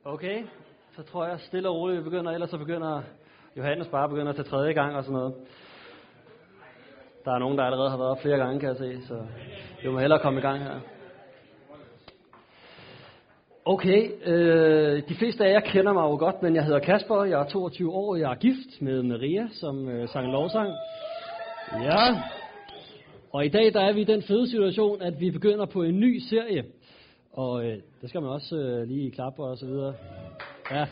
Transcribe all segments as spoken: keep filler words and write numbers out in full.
Okay, så tror jeg stille og roligt, vi begynder, ellers så begynder Johannes bare begynder at tage tredje gang og sådan noget. Der er nogen, der allerede har været op flere gange, kan jeg se, så vi må hellere komme i gang her. Okay, øh, de fleste af jer kender mig jo godt, men jeg hedder Kasper, jeg er toogtyve år, jeg er gift med Maria, som øh, sang lovsang. Ja, og i dag der er vi i den fede situation, at vi begynder på en ny serie. Og øh, det skal man også øh, lige klappe og så videre. Ja.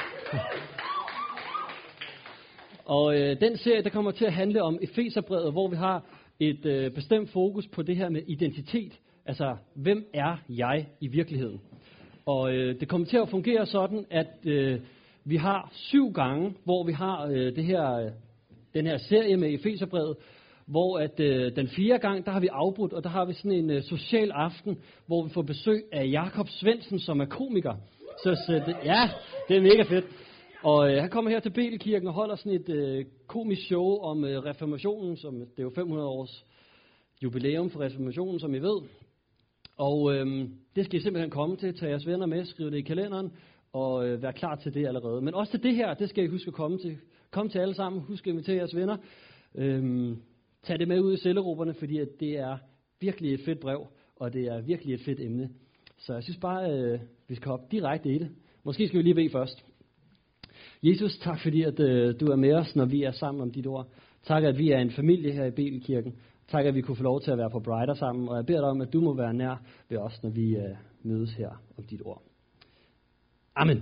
Og øh, den serie, der kommer til at handle om Efeserbrevet, hvor vi har et øh, bestemt fokus på det her med identitet. Altså, hvem er jeg i virkeligheden? Og øh, det kommer til at fungere sådan, at øh, vi har syv gange, hvor vi har øh, det her, øh, den her serie med Efeserbrevet, hvor at øh, den fjerde gang, der har vi afbrudt, og der har vi sådan en øh, social aften, hvor vi får besøg af Jakob Svendsen, som er komiker. Så, så det, ja, det er mega fedt. Og øh, han kommer her til Betelkirken og holder sådan et øh, komisk show om øh, reformationen, som det er jo fem hundrede års jubilæum for reformationen, som I ved. Og øh, det skal I simpelthen komme til, tage jeres venner med, skrive det i kalenderen, og øh, være klar til det allerede. Men også til det her, det skal I huske at komme til. Kom til alle sammen, husk at invitere jeres venner. Øh, tag det med ud i cellegrupperne, fordi at det er virkelig et fedt brev, og det er virkelig et fedt emne. Så jeg synes bare, øh, vi skal hoppe direkte i det. Måske skal vi lige bede først. Jesus, tak fordi at øh, du er med os, når vi er sammen om dit ord. Tak at vi er en familie her i Betelkirken. Tak at vi kunne få lov til at være på Brighter sammen. Og jeg beder dig om, at du må være nær ved os, når vi øh, mødes her om dit ord. Amen.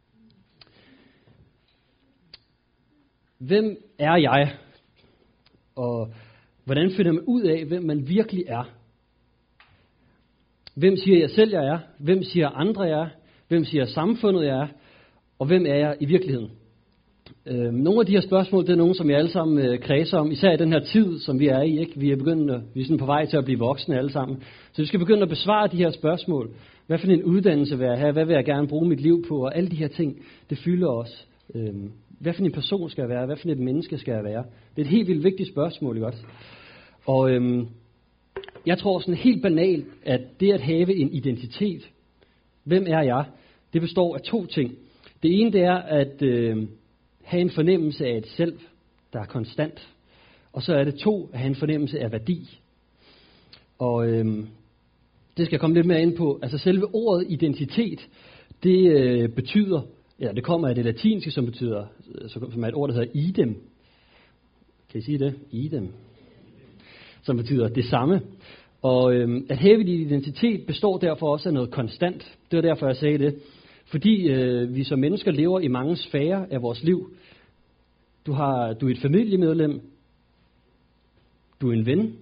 Hvem er jeg? Og hvordan finder man ud af, hvem man virkelig er? Hvem siger jeg selv, jeg er? Hvem siger andre, jeg er? Hvem siger samfundet, jeg er? Og hvem er jeg i virkeligheden? Øh, nogle af de her spørgsmål, det er nogle, som jeg alle sammen øh, kredser om, især i den her tid, som vi er i. Ikke? Vi er begyndt, at, vi er sådan på vej til at blive voksne alle sammen. Så vi skal begynde at besvare de her spørgsmål. Hvad for en uddannelse vil jeg have? Hvad vil jeg gerne bruge mit liv på? Og alle de her ting, det fylder os. Øh, hvad for en person skal jeg være? Hvad for et menneske skal jeg være? Det er et helt vildt vigtigt spørgsmål, ikke også? Og øh, jeg tror sådan helt banalt, at det at have en identitet, hvem er jeg? Det består af to ting. Det ene det er at øh, have en fornemmelse af et selv, der er konstant. Og så er det to, at have en fornemmelse af værdi. Og øh, det skal jeg komme lidt mere ind på. Altså selve ordet identitet, det øh, betyder, ja det kommer af det latinske, som betyder, som er et ord, der hedder idem. Kan I sige det? Idem. Som betyder det samme. Og øh, at have din identitet består derfor også af noget konstant. Det var derfor, jeg sagde det. Fordi øh, vi som mennesker lever i mange sfærer af vores liv. Du, har, du er et familiemedlem. Du er en ven.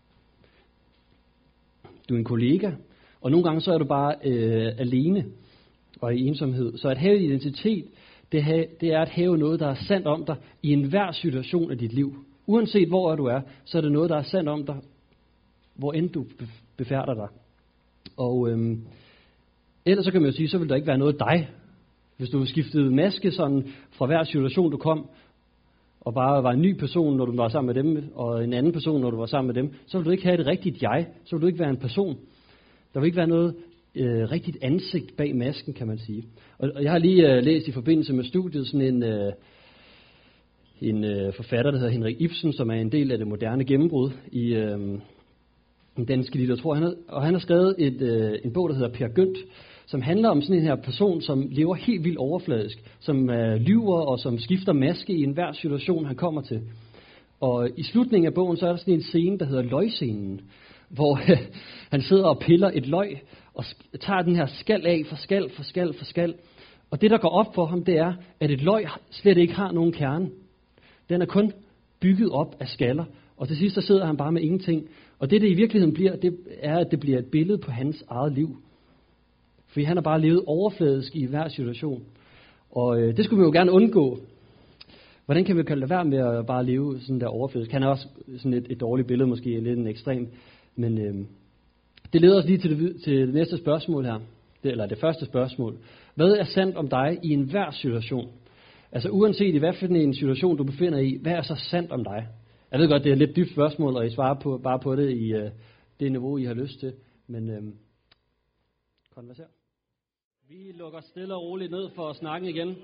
Du er en kollega. Og nogle gange så er du bare øh, alene og i ensomhed. Så at have identitet, det, have, det er at have noget, der er sandt om dig i enhver situation af dit liv. Uanset hvor du er, så er det noget, der er sandt om dig, hvor end du befærder dig. Og øhm, ellers så kan man jo sige, så vil der ikke være noget dig. Hvis du skiftede maske sådan fra hver situation, du kom, og bare var en ny person, når du var sammen med dem, og en anden person, når du var sammen med dem, så vil du ikke have et rigtigt jeg. Så vil du ikke være en person. Der vil ikke være noget øh, rigtigt ansigt bag masken, kan man sige. Og, og jeg har lige øh, læst i forbindelse med studiet sådan en... Øh, en øh, forfatter, der hedder Henrik Ibsen, som er en del af det moderne gennembrud i øh, den danske litteratur. Han har, og han har skrevet et, øh, en bog, der hedder Per Gynt, som handler om sådan en her person, som lever helt vildt overfladisk, som øh, lyver og som skifter maske i enhver situation, han kommer til. Og i slutningen af bogen, så er der sådan en scene, der hedder løgscenen, hvor øh, han sidder og piller et løg, og tager den her skal af for skal, for skal, for skal. Og det, der går op for ham, det er, at et løg slet ikke har nogen kerne. Den er kun bygget op af skaller, og til sidst så sidder han bare med ingenting. Og det, det i virkeligheden bliver, det er, at det bliver et billede på hans eget liv. Fordi han har bare levet overfladisk i hver situation. Og øh, det skulle vi jo gerne undgå. Hvordan kan vi lade være med at bare leve sådan der overfladisk? Han er også sådan et, et dårligt billede, måske lidt en ekstrem. Men øh, det leder os lige til det, til det næste spørgsmål her. Det, eller det første spørgsmål. Hvad er sandt om dig i enhver situation? Altså uanset i hvad for en situation du befinder i, hvad er så sandt om dig? Jeg ved godt, det er et lidt dybt spørgsmål, og I svarer på, bare på det i uh, det niveau, I har lyst til. Men uh, konverser. Vi lukker stille og roligt ned for snakken igen.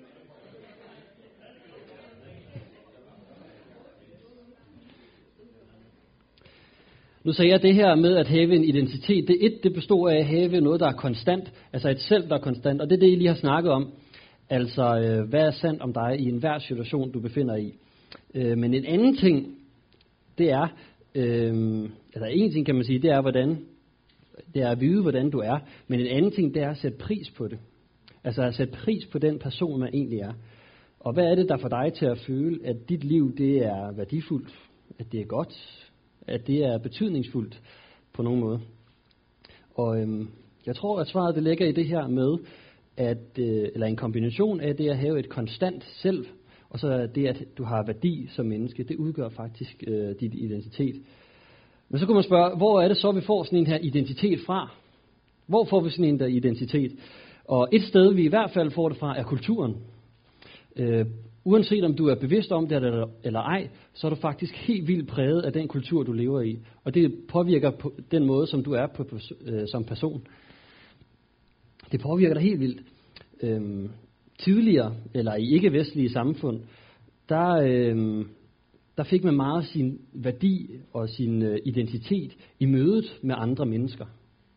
Nu sagde jeg det her med at have en identitet. Det et, det består af at have noget, der er konstant. Altså et selv, der er konstant. Og det er det, I lige har snakket om. Altså, øh, hvad er sandt om dig i enhver situation, du befinder i. Øh, men en anden ting, det er, øh, altså en ting kan man sige, det er, hvordan, det er at vide, hvordan du er. Men en anden ting, det er at sætte pris på det. Altså at sætte pris på den person, man egentlig er. Og hvad er det, der får dig til at føle, at dit liv, det er værdifuldt, at det er godt, at det er betydningsfuldt på nogen måde. Og øhm, jeg tror, at svaret det ligger i det her med, at, øh, eller en kombination af det at have et konstant selv, og så det, at du har værdi som menneske, det udgør faktisk øh, dit identitet. Men så kunne man spørge, hvor er det så, vi får sådan en her identitet fra? Hvor får vi sådan en der identitet? Og et sted, vi i hvert fald får det fra, er kulturen. Øh, uanset om du er bevidst om det eller, eller ej, så er du faktisk helt vildt præget af den kultur, du lever i. Og det påvirker på den måde, som du er på, på, øh, som person. Det påvirker dig helt vildt. Øh, tidligere, eller i ikke-vestlige samfund, der, øh, der fik man meget sin værdi og sin øh, identitet i mødet med andre mennesker.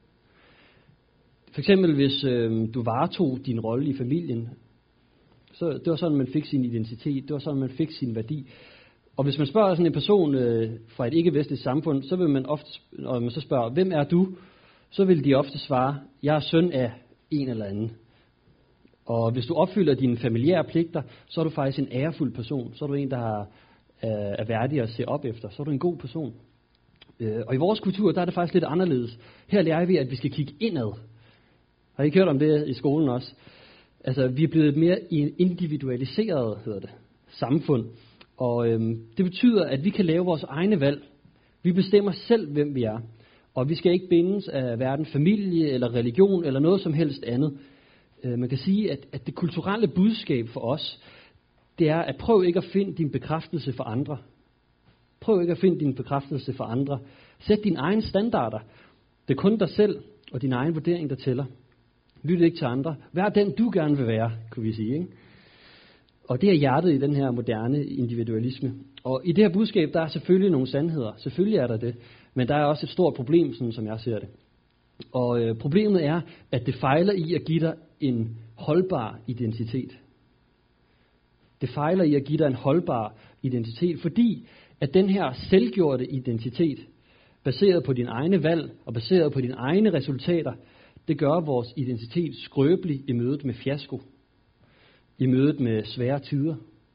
For eksempel hvis øh, du varetog din rolle i familien, så det var sådan, man fik sin identitet, det var sådan, man fik sin værdi. Og hvis man spørger sådan en person øh, fra et ikke-vestligt samfund, så vil man ofte, når man så spørger, hvem er du? Så vil de ofte svare, jeg er søn af en eller anden. Og hvis du opfylder dine familiære pligter, så er du faktisk en ærefuld person. Så er du en, der har, øh, er værdig at se op efter. Så er du en god person. Øh, og i vores kultur, der er det faktisk lidt anderledes. Her lærer vi, at vi skal kigge indad. Har I ikke hørt om det i skolen også? Altså, vi er blevet et mere individualiseret, hedder det, samfund. Og øhm, det betyder, at vi kan lave vores egne valg. Vi bestemmer selv, hvem vi er. Og vi skal ikke bindes af hverken familie eller religion eller noget som helst andet. Øh, man kan sige, at, at det kulturelle budskab for os, det er at prøv ikke at finde din bekræftelse for andre. Prøv ikke at finde din bekræftelse for andre. Sæt dine egne standarder. Det er kun dig selv og din egen vurdering, der tæller. Lyt ikke til andre. Vær den, du gerne vil være, kunne vi sige. Ikke? Og det er hjertet i den her moderne individualisme. Og i det her budskab, der er selvfølgelig nogle sandheder. Selvfølgelig er der det. Men der er også et stort problem, sådan som jeg ser det. Og øh, problemet er, at det fejler i at give dig en holdbar identitet. Det fejler i at give dig en holdbar identitet, fordi at den her selvgjorte identitet, baseret på dine egne valg og baseret på dine egne resultater, det gør vores identitet skrøbelig i mødet med fiasko. I mødet med svære tider.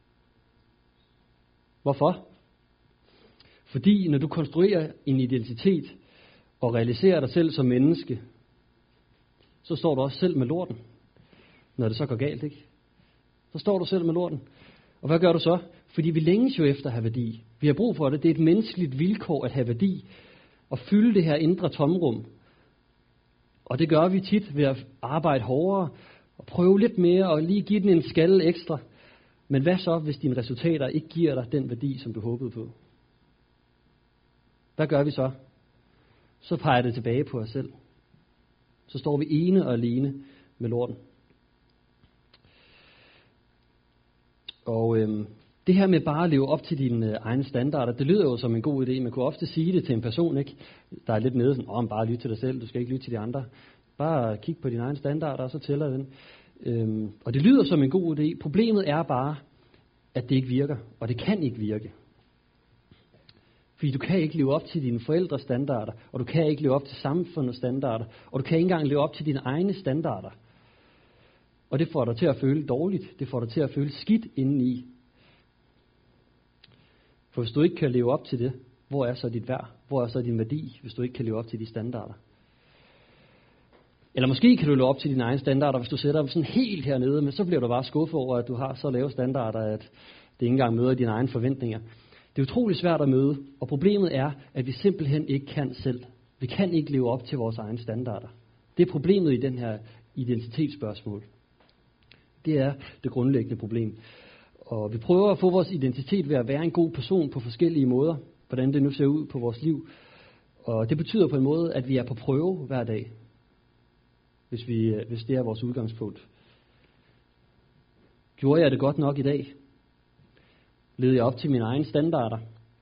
Hvorfor? Fordi når du konstruerer en identitet og realiserer dig selv som menneske, så står du også selv med lorten. Når det så går galt, ikke? Så står du selv med lorten. Og hvad gør du så? Fordi vi længes jo efter at have værdi. Vi har brug for det. Det er et menneskeligt vilkår at have værdi. Og fylde det her indre tomrum. Og det gør vi tit ved at arbejde hårdere og prøve lidt mere og lige give den en skalle ekstra. Men hvad så, hvis dine resultater ikke giver dig den værdi, som du håbede på? Hvad gør vi så? Så peger det tilbage på os selv. Så står vi ene og alene med lorten. Og øhm, det her med bare at leve op til dine øh, egne standarder, det lyder jo som en god idé. Man kunne ofte sige det til en person, ikke, der er lidt nede, sådan, åh, bare lyt til dig selv, du skal ikke lytte til de andre. Bare kig på dine egne standarder, og så tæller den. Øhm, og det lyder som en god idé. Problemet er bare, at det ikke virker, og det kan ikke virke. Fordi du kan ikke leve op til dine forældres standarder, og du kan ikke leve op til samfundets standarder, og du kan ikke engang leve op til dine egne standarder. Og det får dig til at føle dårligt, det får dig til at føle skidt indeni. For hvis du ikke kan leve op til det, hvor er så dit værd? Hvor er så din værdi, hvis du ikke kan leve op til de standarder? Eller måske kan du leve op til dine egne standarder, hvis du sætter dem sådan helt hernede, men så bliver du bare skuffet over, at du har så lave standarder, at det ikke engang møder dine egne forventninger. Det er utrolig svært at møde, og problemet er, at vi simpelthen ikke kan selv. Vi kan ikke leve op til vores egne standarder. Det er problemet i den her identitetsspørgsmål. Det er det grundlæggende problem. Og vi prøver at få vores identitet ved at være en god person på forskellige måder, hvordan det nu ser ud på vores liv. Og det betyder på en måde, at vi er på prøve hver dag. hvis, vi, hvis det er vores udgangspunkt. Gjorde jeg det godt nok i dag? Levede jeg op til mine egne standarder?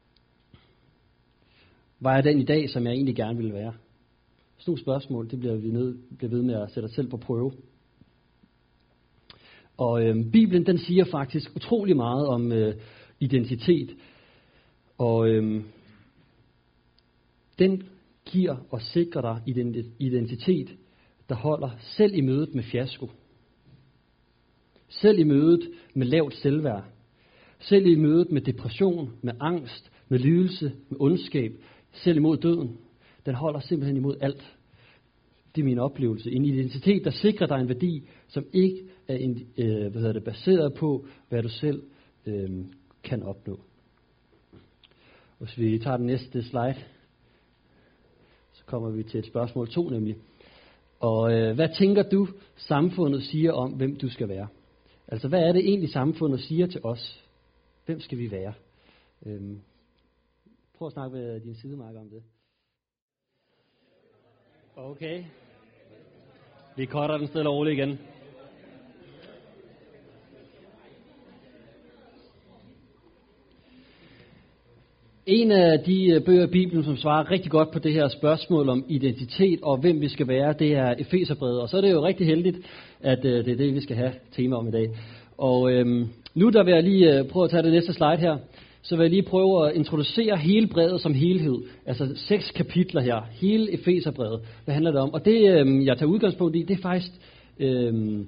Var jeg den i dag, som jeg egentlig gerne ville være? Sådan nogle spørgsmål, det bliver vi nødt bliver ved med at sætte os selv på prøve. Og øh, Bibelen, den siger faktisk utrolig meget om øh, identitet. Og øh, den giver og sikrer dig identitet, der holder selv i mødet med fiasko. Selv i mødet med lavt selvværd. Selv i mødet med depression, med angst, med lidelse, med ondskab. Selv imod døden. Den holder simpelthen imod alt. Det er min oplevelse. En identitet, der sikrer dig en værdi, som ikke er en, øh, hvad hedder det, baseret på, hvad du selv øh, kan opnå. Hvis vi tager den næste slide, så kommer vi til et spørgsmål to nemlig. Og øh, hvad tænker du, samfundet siger om, hvem du skal være? Altså, hvad er det egentlig, samfundet siger til os? Hvem skal vi være? Øhm, prøv at snakke med din sidemarker om det. Okay. Vi cutter den stille og roligt igen. En af de bøger i Bibelen, som svarer rigtig godt på det her spørgsmål om identitet og hvem vi skal være, det er Efeserbrevet. Og så er det jo rigtig heldigt, at øh, det er det, vi skal have tema om i dag. Og øhm, nu der vil jeg lige øh, prøve at tage det næste slide her. Så vil jeg lige prøve at introducere hele brevet som helhed. Altså seks kapitler her. Hele Efeserbrevet. Hvad handler det om? Og det, øhm, jeg tager udgangspunkt i, det er faktisk øhm,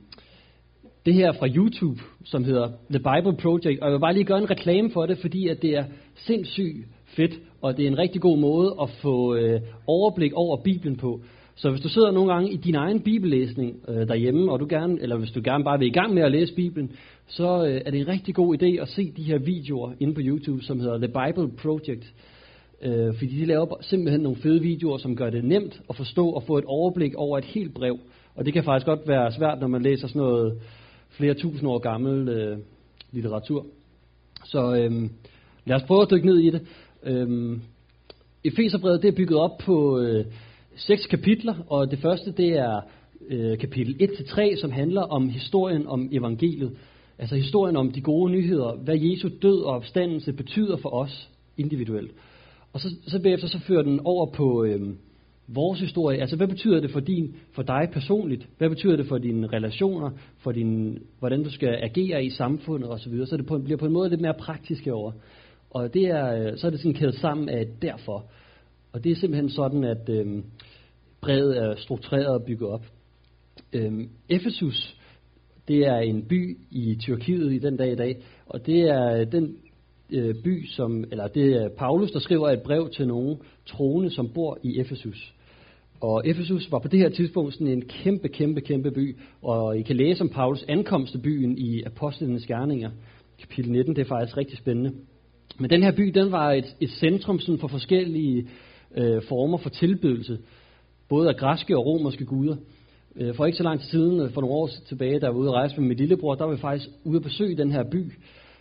det her fra YouTube, som hedder The Bible Project. Og jeg vil bare lige gøre en reklame for det, fordi at det er sindssygt fedt, og det er en rigtig god måde at få øh, overblik over Bibelen på. Så hvis du sidder nogle gange i din egen bibellæsning øh, derhjemme, og du gerne, eller hvis du gerne bare vil i gang med at læse Bibelen, så øh, er det en rigtig god idé at se de her videoer inde på YouTube, som hedder The Bible Project. Øh, fordi de laver simpelthen nogle fede videoer, som gør det nemt at forstå og få et overblik over et helt brev. Og det kan faktisk godt være svært, når man læser sådan noget flere tusind år gammel øh, litteratur. Så øh, lad os prøve at dykke ned i det. Øh, Efeserbrevet, det er bygget op på øh, seks kapitler, og det første, det er øh, kapitel et til tre, som handler om historien om evangeliet. Altså historien om de gode nyheder, hvad Jesu død og opstandelse betyder for os individuelt. Og så, så bagefter så fører den over på øh, vores historie. Altså hvad betyder det for, din, for dig personligt? Hvad betyder det for dine relationer? For din, hvordan du skal agere i samfundet osv.? Så det på, bliver på en måde lidt mere praktisk herovre. Og det er, så er det sådan kædet sammen af derfor. Og det er simpelthen sådan, at øh, brevet er struktureret og bygget op. Øh, Efesus, det er en by i Tyrkiet i den dag i dag, og det er den øh, by, som, eller det er Paulus, der skriver et brev til nogle troende, som bor i Efesus. Og Efesus var på det her tidspunkt sådan en kæmpe, kæmpe, kæmpe by, og I kan læse om Paulus ankomst til byen i Apostlenes Gerninger, kapitel nitten, det er faktisk rigtig spændende. Men den her by, den var et, et centrum sådan for forskellige øh, former for tilbedelse, både af græske og romerske guder. Øh, for ikke så lang tid siden, for nogle år tilbage, der var ude at rejse med min lillebror, der var vi faktisk ude at besøge den her by.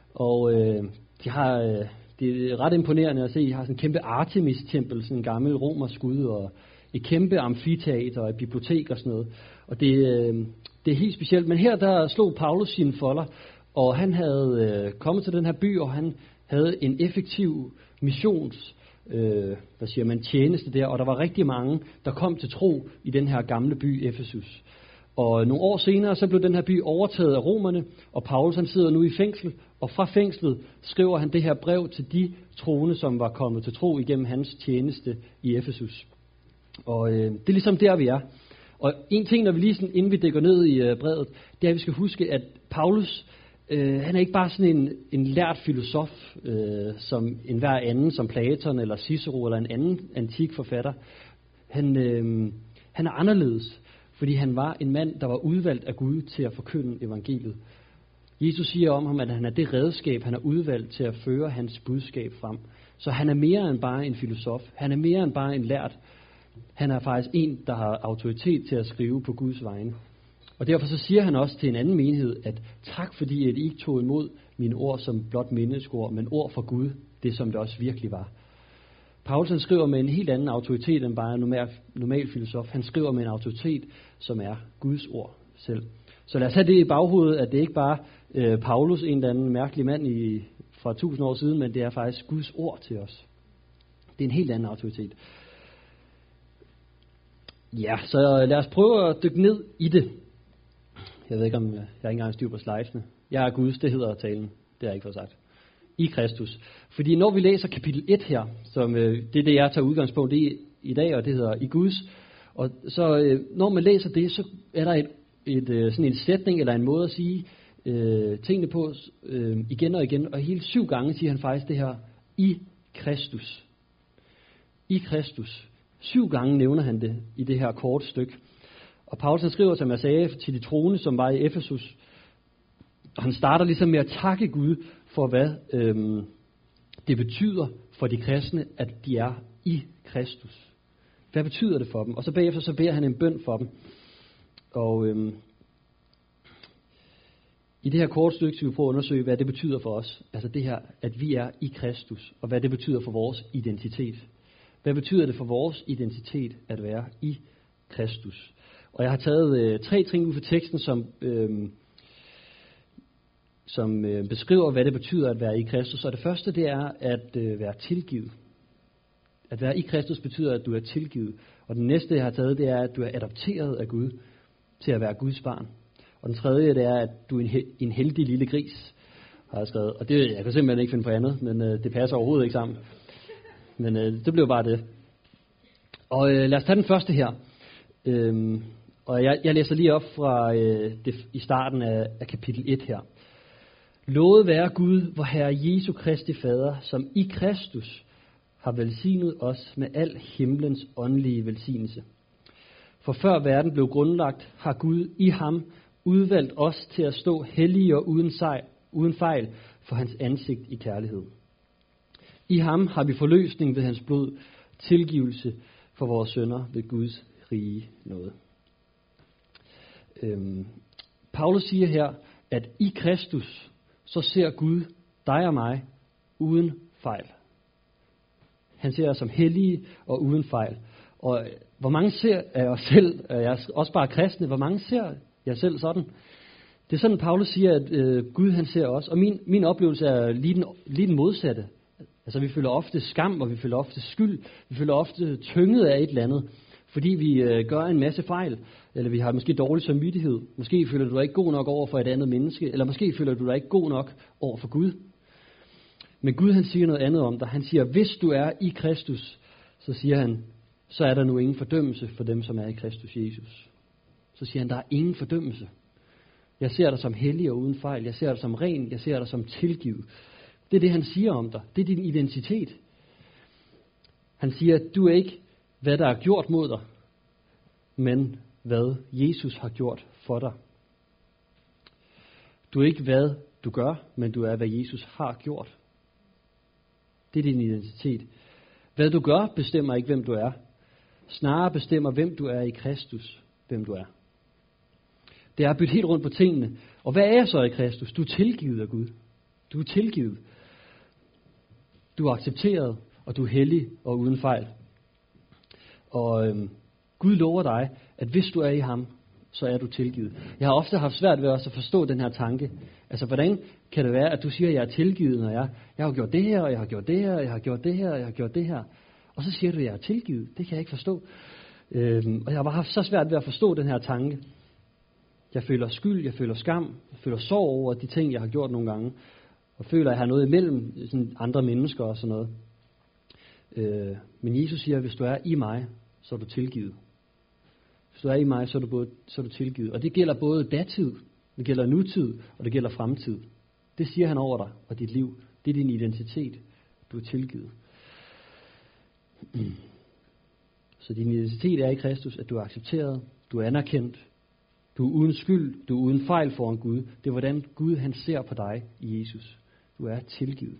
Og øh, de har, øh, det er ret imponerende at se, de har sådan en kæmpe Artemis-tempel, sådan en gammel romersk gud, og et kæmpe amfiteater og et bibliotek og sådan noget. Og det, øh, det er helt specielt. Men her der slog Paulus sine folder, og han havde øh, kommet til den her by, og han havde en effektiv missions, øh, hvad siger man, tjeneste der, og der var rigtig mange, der kom til tro i den her gamle by Efesus. Og nogle år senere, så blev den her by overtaget af romerne, og Paulus han sidder nu i fængsel, og fra fængslet skriver han det her brev til de troende, som var kommet til tro igennem hans tjeneste i Efesus. Og øh, det er ligesom der, vi er. Og en ting, når vi lige sådan, inden vi dykker ned i øh, brevet, det er, at vi skal huske, at Paulus, øh, han er ikke bare sådan en, en lært filosof, øh, som enhver anden, som Platon eller Cicero eller en anden antik forfatter. Han, øh, han er anderledes, fordi han var en mand, der var udvalgt af Gud til at forkynde evangeliet. Jesus siger om ham, at han er det redskab, han er udvalgt til at føre hans budskab frem. Så han er mere end bare en filosof. Han er mere end bare en lært. Han er faktisk en, der har autoritet til at skrive på Guds vegne. Og derfor så siger han også til en anden menighed, at tak fordi at I ikke tog imod mine ord som blot menneskeord, men ord fra Gud, det som det også virkelig var. Paulus han skriver med en helt anden autoritet end bare en normal, normal filosof. Han skriver med en autoritet, som er Guds ord selv. Så lad os have det i baghovedet, at det ikke bare øh, Paulus, en eller anden mærkelig mand i, fra tusind år siden, men det er faktisk Guds ord til os. Det er en helt anden autoritet. Ja, så lad os prøve at dykke ned i det. Jeg ved ikke, om jeg, jeg har ikke engang styr på slidesene. Jeg er Guds, det hedder talen. Det har jeg ikke fået sagt. I Kristus. Fordi når vi læser kapitel et her, som øh, det er det, jeg tager udgangspunkt i i dag, og det hedder i Guds. Og så øh, når man læser det, så er der et, et, øh, sådan en sætning, eller en måde at sige øh, tingene på øh, igen og igen. Og hele syv gange siger han faktisk det her, i Kristus. I Kristus. Syv gange nævner han det i det her korte stykke. Og Paulus han skriver, som jeg sagde, til de troende, som var i Efesus. Og han starter ligesom med at takke Gud for, hvad øhm, det betyder for de kristne, at de er i Kristus. Hvad betyder det for dem? Og så bagefter så beder han en bøn for dem. Og øhm, i det her korte stykke skal vi prøve at undersøge, hvad det betyder for os. Altså det her, at vi er i Kristus, og hvad det betyder for vores identitet. Hvad betyder det for vores identitet at være i Kristus? Og jeg har taget øh, tre ting ud fra teksten, som, øh, som øh, beskriver, hvad det betyder at være i Kristus. Og det første, det er at øh, være tilgivet. At være i Kristus betyder, at du er tilgivet. Og den næste, jeg har taget, det er, at du er adopteret af Gud til at være Guds barn. Og den tredje, det er, at du er en, he- en heldig lille gris, har jeg skrevet. Og det, jeg kan simpelthen ikke finde på andet, men øh, det passer overhovedet ikke sammen. Men øh, det blev bare det. Og øh, lad os tage den første her. Øhm, og jeg, jeg læser lige op fra øh, det, i starten af, af kapitel et her. Lovet være Gud, vor Herre Jesu Kristi Fader, som i Kristus har velsignet os med al himlens åndelige velsignelse. For før verden blev grundlagt, har Gud i ham udvalgt os til at stå hellige og uden, sej, uden fejl for hans ansigt i kærlighed. I ham har vi forløsning ved hans blod, tilgivelse for vores synder ved Guds rige nåde. Øhm, Paulus siger her, at i Kristus, så ser Gud dig og mig uden fejl. Han ser os som hellige og uden fejl. Og hvor mange ser af os selv, jeg er også bare kristne, hvor mange ser jeg selv sådan? Det er sådan, Paulus siger, at øh, Gud han ser os. Og min, min oplevelse er lige den, lige den modsatte. Altså vi føler ofte skam, og vi føler ofte skyld. Vi føler ofte tynget af et eller andet, fordi vi øh, gør en masse fejl. Eller vi har måske dårlig samvittighed. Måske føler du dig ikke god nok over for et andet menneske. Eller måske føler du dig ikke god nok over for Gud. Men Gud han siger noget andet om dig. Han siger, hvis du er i Kristus, så siger han, så er der nu ingen fordømmelse for dem, som er i Kristus Jesus. Så siger han, der er ingen fordømmelse. Jeg ser dig som hellig og uden fejl. Jeg ser dig som ren. Jeg ser dig som tilgivet. Det er det, han siger om dig. Det er din identitet. Han siger, at du er ikke, hvad der er gjort mod dig, men hvad Jesus har gjort for dig. Du er ikke, hvad du gør, men du er, hvad Jesus har gjort. Det er din identitet. Hvad du gør, bestemmer ikke, hvem du er. Snarere bestemmer, hvem du er i Kristus, hvem du er. Det er at bytte helt rundt på tingene. Og hvad er så i Kristus? Du er tilgivet af Gud. Du er tilgivet. Du er accepteret, og du er hellig og uden fejl. Og øhm, Gud lover dig, at hvis du er i ham, så er du tilgivet. Jeg har ofte haft svært ved også at forstå den her tanke. Altså, hvordan kan det være, at du siger, at jeg er tilgivet, når jeg, jeg har gjort det her, og jeg har gjort det her, og jeg har gjort det her, og jeg har gjort det her. Og så siger du, at jeg er tilgivet. Det kan jeg ikke forstå. Øhm, og jeg har bare haft så svært ved at forstå den her tanke. Jeg føler skyld, jeg føler skam, jeg føler sorg over de ting, jeg har gjort nogle gange. Og føler, at jeg har noget imellem sådan andre mennesker og sådan noget. Øh, men Jesus siger, at hvis du er i mig, så er du tilgivet. Hvis du er i mig, så er du, både, så er du tilgivet. Og det gælder både datid, det gælder nutid, og det gælder fremtid. Det siger han over dig og dit liv. Det er din identitet. Du er tilgivet. Mm. Så din identitet er i Kristus, at du er accepteret, du er anerkendt, du er uden skyld, du er uden fejl foran Gud. Det er hvordan Gud han ser på dig i Jesus. Du er tilgivet.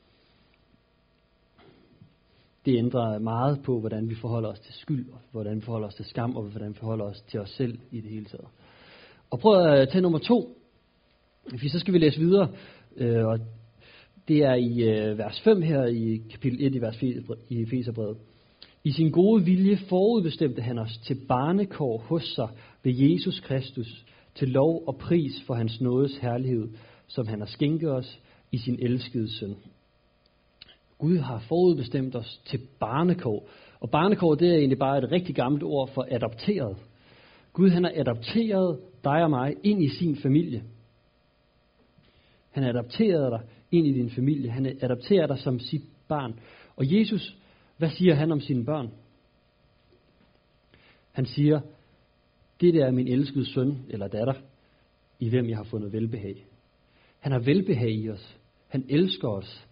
Det ændrer meget på, hvordan vi forholder os til skyld, og hvordan vi forholder os til skam, og hvordan vi forholder os til os selv i det hele taget. Og prøv at tage nummer to. For så skal vi læse videre. Og Det er i øh, vers fem her i kapitel et i vers i Efeserbrevet. I sin gode vilje forudbestemte han os til barnekår hos sig ved Jesus Kristus, til lov og pris for hans nådes herlighed, som han har skænket os i sin elskede søn. Gud har forudbestemt os til barnekår. Og barnekår, det er egentlig bare et rigtig gammelt ord for adopteret. Gud, han har adopteret dig og mig ind i sin familie. Han har adopteret dig ind i din familie. Han har adopteret dig som sit barn. Og Jesus, hvad siger han om sine børn? Han siger, det der er min elskede søn eller datter, i hvem jeg har fundet velbehag. Han har velbehag i os. Han elsker os.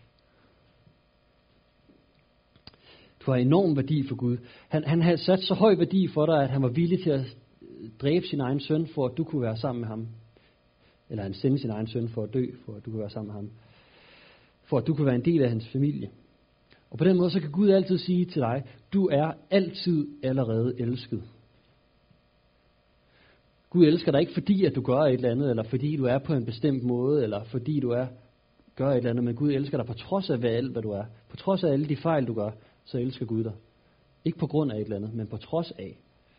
Du har enorm værdi for Gud. Han, han har sat så høj værdi for dig, at han var villig til at dræbe sin egen søn, for at du kunne være sammen med ham. Eller han sendte sin egen søn for at dø, for at du kunne være sammen med ham. For at du kunne være en del af hans familie. Og på den måde, så kan Gud altid sige til dig, du er altid allerede elsket. Gud elsker dig ikke fordi, at du gør et eller andet, eller fordi du er på en bestemt måde, eller fordi du er gør et eller andet, men Gud elsker dig på trods af hvad, alt, hvad du er. På trods af alle de fejl, du gør, så elsker Gud dig. Ikke på grund af et eller andet, men på trods af.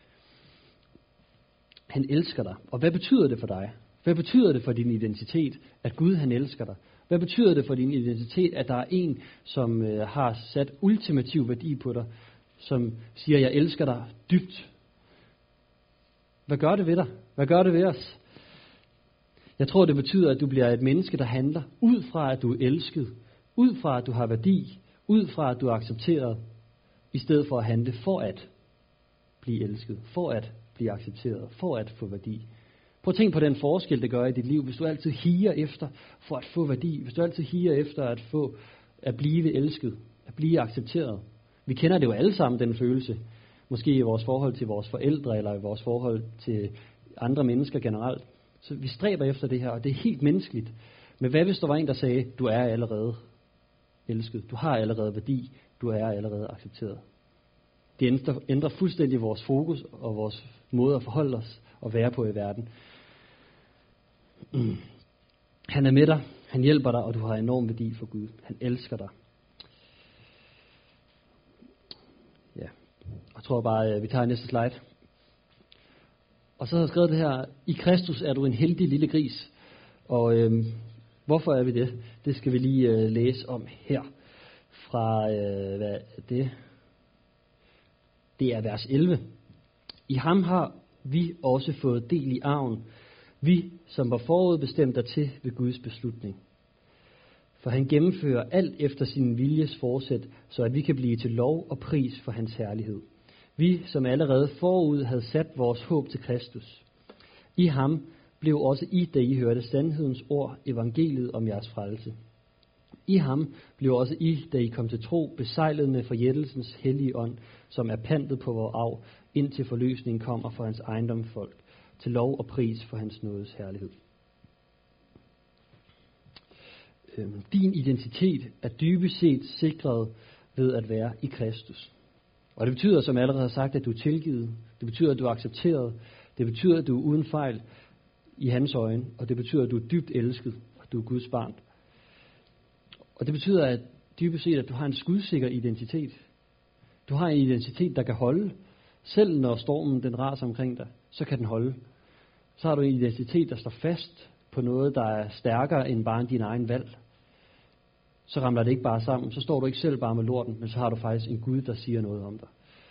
Han elsker dig. Og hvad betyder det for dig? Hvad betyder det for din identitet, at Gud han elsker dig? Hvad betyder det for din identitet, at der er en, som øh, har sat ultimativ værdi på dig, som siger, jeg elsker dig dybt? Hvad gør det ved dig? Hvad gør det ved os? Jeg tror, det betyder, at du bliver et menneske, der handler ud fra, at du er elsket, ud fra, at du har værdi, ud fra, at du er accepteret, i stedet for at handle for at blive elsket, for at blive accepteret, for at få værdi. Prøv at tænke på den forskel, det gør i dit liv, hvis du altid higer efter for at få værdi, hvis du altid higer efter at få at blive elsket, at blive accepteret. Vi kender det jo alle sammen, den følelse. Måske i vores forhold til vores forældre, eller i vores forhold til andre mennesker generelt. Så vi stræber efter det her, og det er helt menneskeligt. Men hvad hvis der var en, der sagde, du er allerede elsket, du har allerede værdi, du er allerede accepteret. Det ændrer, ændrer fuldstændig vores fokus og vores måde at forholde os og være på i verden. Mm. Han er med dig, han hjælper dig, og du har enorm værdi for Gud. Han elsker dig. Ja, jeg tror bare, at vi tager næste slide. Og så har jeg skrevet det her, i Kristus er du en heldig lille gris. Og øhm, hvorfor er vi det? Det skal vi lige øh, læse om her. Fra, øh, hvad er det? Det er vers elleve. I ham har vi også fået del i arven. Vi, som var forudbestemt dertil ved Guds beslutning. For han gennemfører alt efter sin viljes forsæt, så at vi kan blive til lov og pris for hans herlighed. Vi, som allerede forud havde sat vores håb til Kristus. I ham blev også I, da I hørte sandhedens ord, evangeliet om jeres frelse. I ham blev også I, da I kom til tro, besejlet med forjættelsens hellige ånd, som er pantet på vor arv, indtil forløsningen kommer for hans ejendomsfolk, til lov og pris for hans nådes herlighed. Din identitet er dybest set sikret ved at være i Kristus. Og det betyder, som jeg allerede har sagt, at du er tilgivet. Det betyder, at du er accepteret. Det betyder, at du er uden fejl i hans øjne. Og det betyder, at du er dybt elsket, og du er Guds barn. Og det betyder, at dybest set, at du har en skudsikker identitet. Du har en identitet, der kan holde. Selv når stormen den raser omkring dig, så kan den holde. Så har du en identitet, der står fast på noget, der er stærkere end bare din egen valg. Så ramler det ikke bare sammen. Så står du ikke selv bare med lorten, men så har du faktisk en Gud, der siger noget om dig.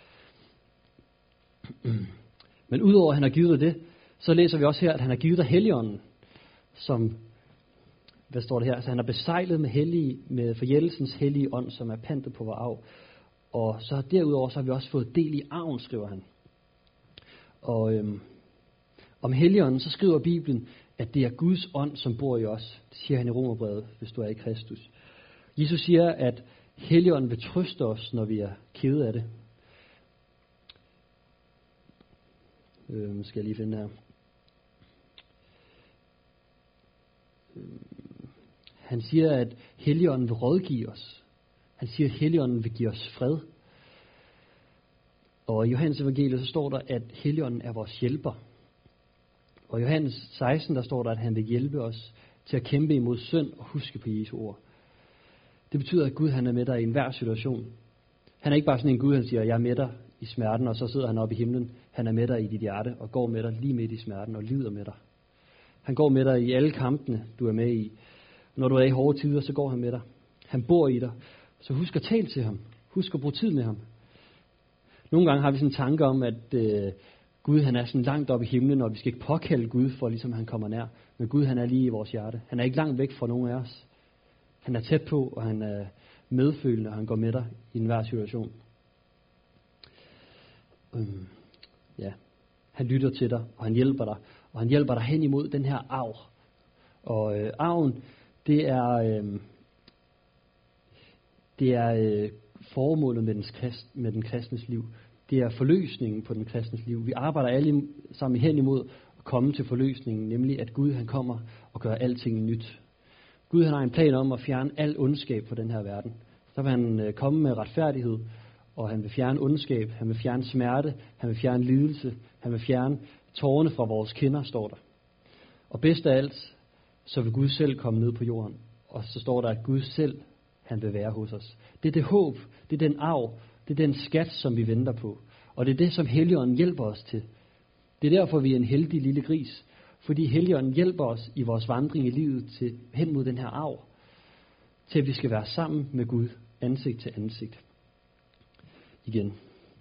Men udover at han har givet dig det, så læser vi også her, at han har givet dig Helligånden, som, hvad står det her? Så han har besejlet med, hellige, med forjættelsens hellige ånd, som er pantet på vor arv. Og så derudover så har vi også fået del i arven, skriver han. Og øhm, om Helligånden, så skriver Bibelen, at det er Guds ånd, som bor i os. Det siger han i Romerbrevet, hvis du er i Kristus. Jesus siger, at Helligånden vil trøste os, når vi er kede af det. Øhm, skal jeg lige finde her. Øhm, han siger, at Helligånden vil rådgive os. Han siger, at Helligånden vil give os fred. Og i Johannes evangeliet, så står der, at Helligånden er vores hjælper. Og i Johannes seksten, der står der, at han vil hjælpe os til at kæmpe imod synd og huske på Jesu ord. Det betyder, at Gud han er med dig i enhver situation. Han er ikke bare sådan en Gud, han siger, jeg er med dig i smerten, og så sidder han oppe i himlen. Han er med dig i dit hjerte, og går med dig lige midt i smerten, og lider med dig. Han går med dig i alle kampene, du er med i. Når du er i hårde tider, så går han med dig. Han bor i dig. Så husk at tale til ham. Husk at bruge tid med ham. Nogle gange har vi sådan en tanke om, at øh, Gud han er sådan langt oppe i himlen, og vi skal ikke påkalde Gud, for ligesom han kommer nær. Men Gud han er lige i vores hjerte. Han er ikke langt væk fra nogen af os. Han er tæt på, og han er medfølende, og han går med dig i enhver situation. Øhm, ja. Han lytter til dig, og han hjælper dig. Og han hjælper dig hen imod den her arv. Og øh, arven, det er, øh, det er øh, formålet med, krist, med den kristnes liv. Det er forløsningen på den kristnes liv. Vi arbejder alle sammen hen imod at komme til forløsningen, nemlig at Gud han kommer og gør alting nyt. Gud han har en plan om at fjerne al ondskab fra den her verden. Så vil han øh, komme med retfærdighed, og han vil fjerne ondskab, han vil fjerne smerte, han vil fjerne lidelse, han vil fjerne tårerne fra vores kinder, står der. Og bedst af alt, så vil Gud selv komme ned på jorden. Og så står der, at Gud selv, han vil være hos os. Det er det håb, det er den arv, det er den skat, som vi venter på. Og det er det, som Helligånden hjælper os til. Det er derfor, vi er en heldig lille gris. Fordi Helligånden hjælper os i vores vandring i livet til, hen mod den her arv. Til at vi skal være sammen med Gud, ansigt til ansigt. Igen.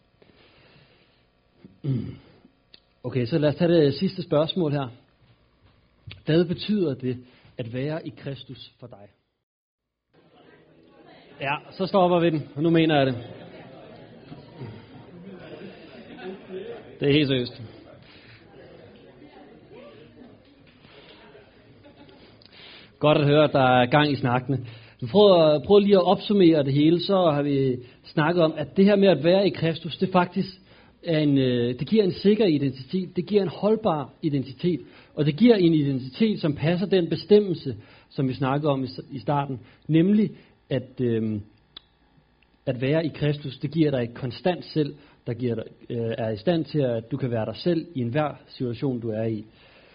Okay, så lad os tage det sidste spørgsmål her. Hvad betyder det at være i Kristus for dig? Ja, så stopper vi den, og nu mener jeg det. Det er helt seriøst. Godt at høre, at der er gang i snakkene. Prøv, prøv lige at opsummere det hele, så har vi snakket om, at det her med at være i Kristus, det faktisk er en, det giver en sikker identitet, det giver en holdbar identitet, og det giver en identitet, som passer den bestemmelse, som vi snakkede om i starten, nemlig at, øh, at være i Kristus, det giver dig et konstant selv, der giver dig, øh, er i stand til, at du kan være dig selv i enhver situation, du er i.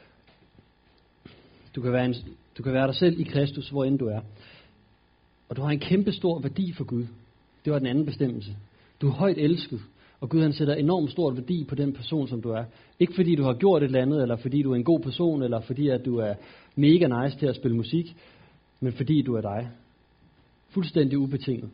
Du kan være, en, du kan være dig selv i Kristus, hvor end du er. Og du har en kæmpe stor værdi for Gud. Det var den anden bestemmelse. Du er højt elsket, og Gud han sætter enormt stort værdi på den person, som du er. Ikke fordi du har gjort et eller andet, eller fordi du er en god person, eller fordi at du er mega nice til at spille musik, men fordi du er dig. Fuldstændig ubetinget.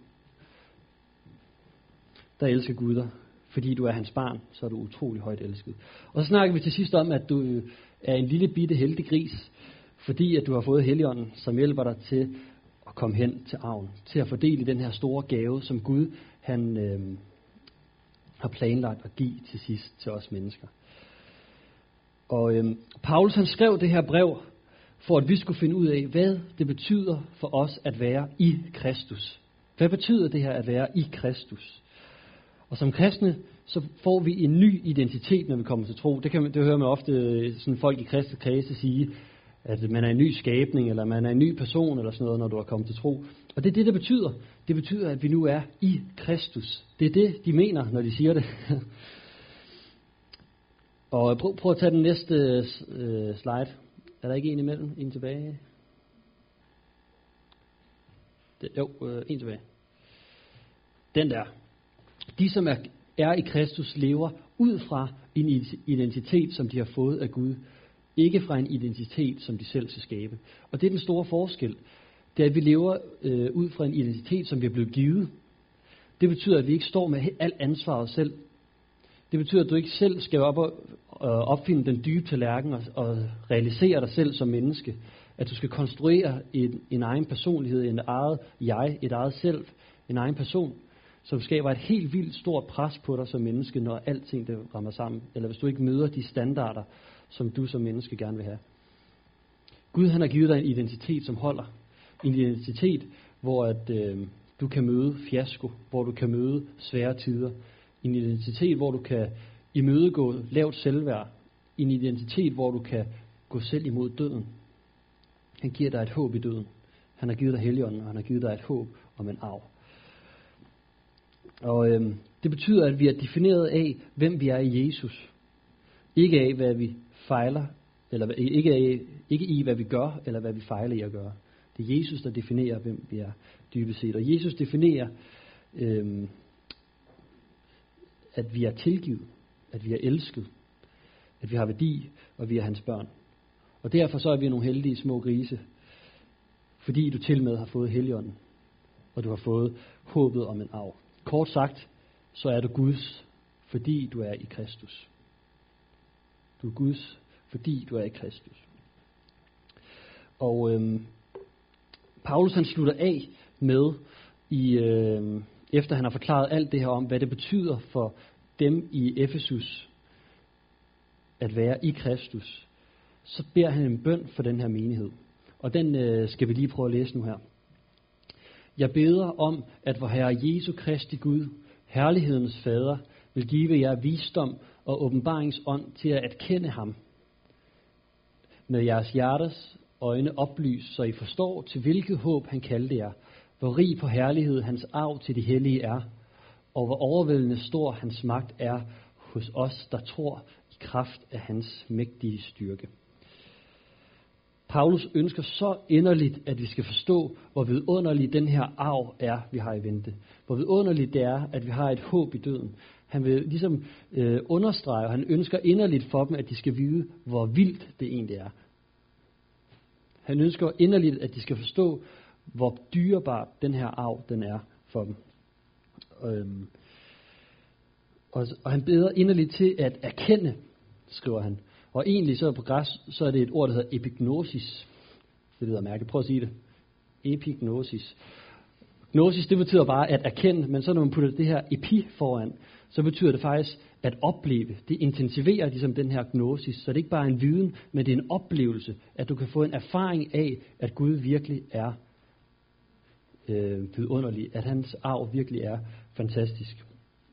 Der elsker Gud dig. Fordi du er hans barn, så er du utrolig højt elsket. Og så snakker vi til sidst om, at du er en lille bitte heldig gris, fordi at du har fået Helligånden, som hjælper dig til at komme hen til arven, til at fordele den her store gave, som Gud han øh, har planlagt at give til sidst til os mennesker. Og øh, Paulus han skrev det her brev, for at vi skulle finde ud af, hvad det betyder for os at være i Kristus. Hvad betyder det her at være i Kristus? Og som kristne, så får vi en ny identitet, når vi kommer til tro. Det, kan man, det hører man ofte sådan folk i kristne kredse sige, at man er en ny skabning, eller man er en ny person, eller sådan noget, når du er kommet til tro. Og det er det, det betyder. Det betyder, at vi nu er i Kristus. Det er det, de mener, når de siger det. Og prøv, prøv at tage den næste øh, slide. Er der ikke en imellem? En tilbage? Det, jo, øh, en tilbage. Den der. De, som er, er i Kristus, lever ud fra en identitet, som de har fået af Gud. Ikke fra en identitet, som de selv skal skabe. Og det er den store forskel. Det er, at vi lever øh, ud fra en identitet, som vi er blevet givet. Det betyder, at vi ikke står med alt ansvaret selv. Det betyder, at du ikke selv skal op og øh, opfinde den dybe tallerken og, og realisere dig selv som menneske. At du skal konstruere en, en egen personlighed, en eget jeg, et eget selv, en egen person, som skaber et helt vildt stort pres på dig som menneske, når alting det rammer sammen. Eller hvis du ikke møder de standarder, som du som menneske gerne vil have. Gud han har givet dig en identitet, som holder. En identitet, hvor at, øh, du kan møde fiasko, hvor du kan møde svære tider. En identitet, hvor du kan imødegå lavt selvværd. En identitet, hvor du kan gå selv imod døden. Han giver dig et håb i døden. Han har givet dig Helligånden, og han har givet dig et håb om en arv. Og øh, det betyder, at vi er defineret af, hvem vi er i Jesus. Ikke af, hvad vi fejler, eller ikke, af, ikke i, hvad vi gør, eller hvad vi fejler i at gøre. Det er Jesus, der definerer, hvem vi er dybest set. Og Jesus definerer, øh, at vi er tilgivet, at vi er elsket, at vi har værdi, og vi er hans børn. Og derfor så er vi nogle heldige små grise, fordi du til med har fået Helligånden, og du har fået håbet om en arv. Kort sagt, så er du Guds, fordi du er i Kristus. Du er Guds, fordi du er i Kristus. Og øhm, Paulus han slutter af med, i, øhm, efter han har forklaret alt det her om, hvad det betyder for dem i Efesus at være i Kristus, så beder han en bøn for den her menighed. Og den øh, skal vi lige prøve at læse nu her. Jeg beder om, at vor Herre Jesu Kristi Gud, herlighedens Fader, vil give jer visdom og åbenbaringsånd til at erkende ham. Med jeres hjertes øjne oplys, så I forstår, til hvilket håb han kaldte jer, hvor rig på herlighed hans arv til de hellige er, og hvor overvældende stor hans magt er hos os, der tror i kraft af hans mægtige styrke. Paulus ønsker så inderligt, at vi skal forstå, hvor vidunderlig den her arv er, vi har i vente. Hvor vidunderligt det er, at vi har et håb i døden. Han vil ligesom øh, understrege, og han ønsker inderligt for dem, at de skal vide, hvor vildt det egentlig er. Han ønsker inderligt, at de skal forstå, hvor dyrebar den her arv den er for dem. Øhm, og, og han beder inderligt til at erkende, skriver han. Og egentlig så på græs, så er det et ord, der hedder epignosis. Det lyder mærkeligt. Prøv at sige det. Epignosis. Gnosis, det betyder bare at erkende, men så når man putter det her epi foran, så betyder det faktisk at opleve. Det intensiverer ligesom den her gnosis. Så det er ikke bare en viden, men det er en oplevelse, at du kan få en erfaring af, at Gud virkelig er øh, vidunderlig. At hans arv virkelig er fantastisk.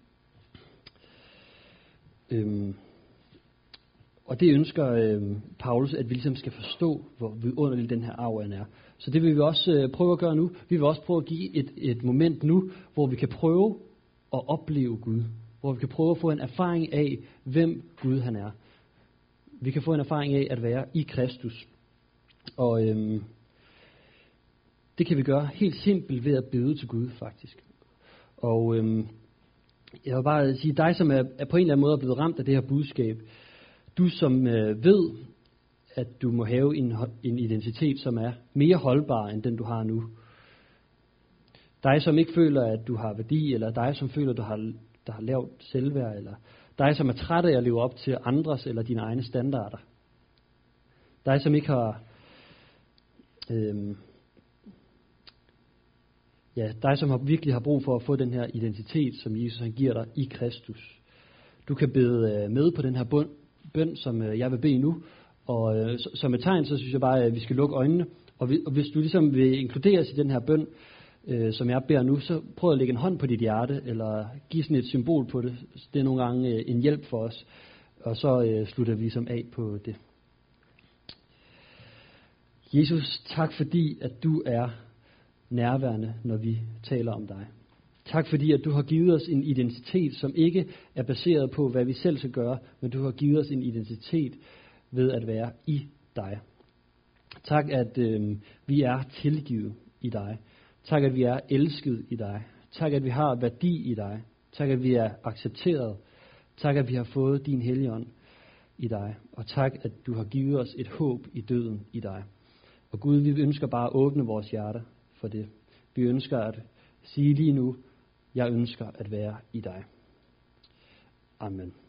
Øhm. Og det ønsker øh, Paulus, at vi ligesom skal forstå, hvor vidunderlig den her arv er. Så det vil vi også øh, prøve at gøre nu. Vi vil også prøve at give et, et moment nu, hvor vi kan prøve at opleve Gud. Hvor vi kan prøve at få en erfaring af, hvem Gud han er. Vi kan få en erfaring af at være i Kristus. Og øh, det kan vi gøre helt simpelt ved at bede til Gud, faktisk. Og øh, jeg vil bare sige, dig som er, er på en eller anden måde blevet ramt af det her budskab, du som øh, ved, at du må have en, en identitet, som er mere holdbar end den, du har nu. Dig, som ikke føler, at du har værdi, eller dig, som føler, at du har, der har lavt selvværd, eller dig, som er træt af at leve op til andres eller dine egne standarder. Dig, som ikke har... Øh, ja, dig, som har, virkelig har brug for at få den her identitet, som Jesus han giver dig i Kristus. Du kan bede øh, med på den her bund, bøn, som øh, jeg vil bede nu, og øh, som et tegn, så synes jeg bare, at vi skal lukke øjnene, og, vi, og hvis du ligesom vil inkluderes i den her bøn, øh, som jeg beder nu, så prøv at lægge en hånd på dit hjerte, eller give sådan et symbol på det. Det er nogle gange øh, en hjælp for os, og så øh, slutter vi ligesom af på det. Jesus, tak fordi, at du er nærværende, når vi taler om dig. Tak fordi, at du har givet os en identitet, som ikke er baseret på, hvad vi selv skal gøre, men du har givet os en identitet ved at være i dig. Tak, at øh, vi er tilgivet i dig. Tak, at vi er elsket i dig. Tak, at vi har værdi i dig. Tak, at vi er accepteret. Tak, at vi har fået din Helligånd i dig. Og tak, at du har givet os et håb i døden i dig. Og Gud, vi ønsker bare at åbne vores hjerter for det. Vi ønsker at sige lige nu, jeg ønsker at være i dig. Amen.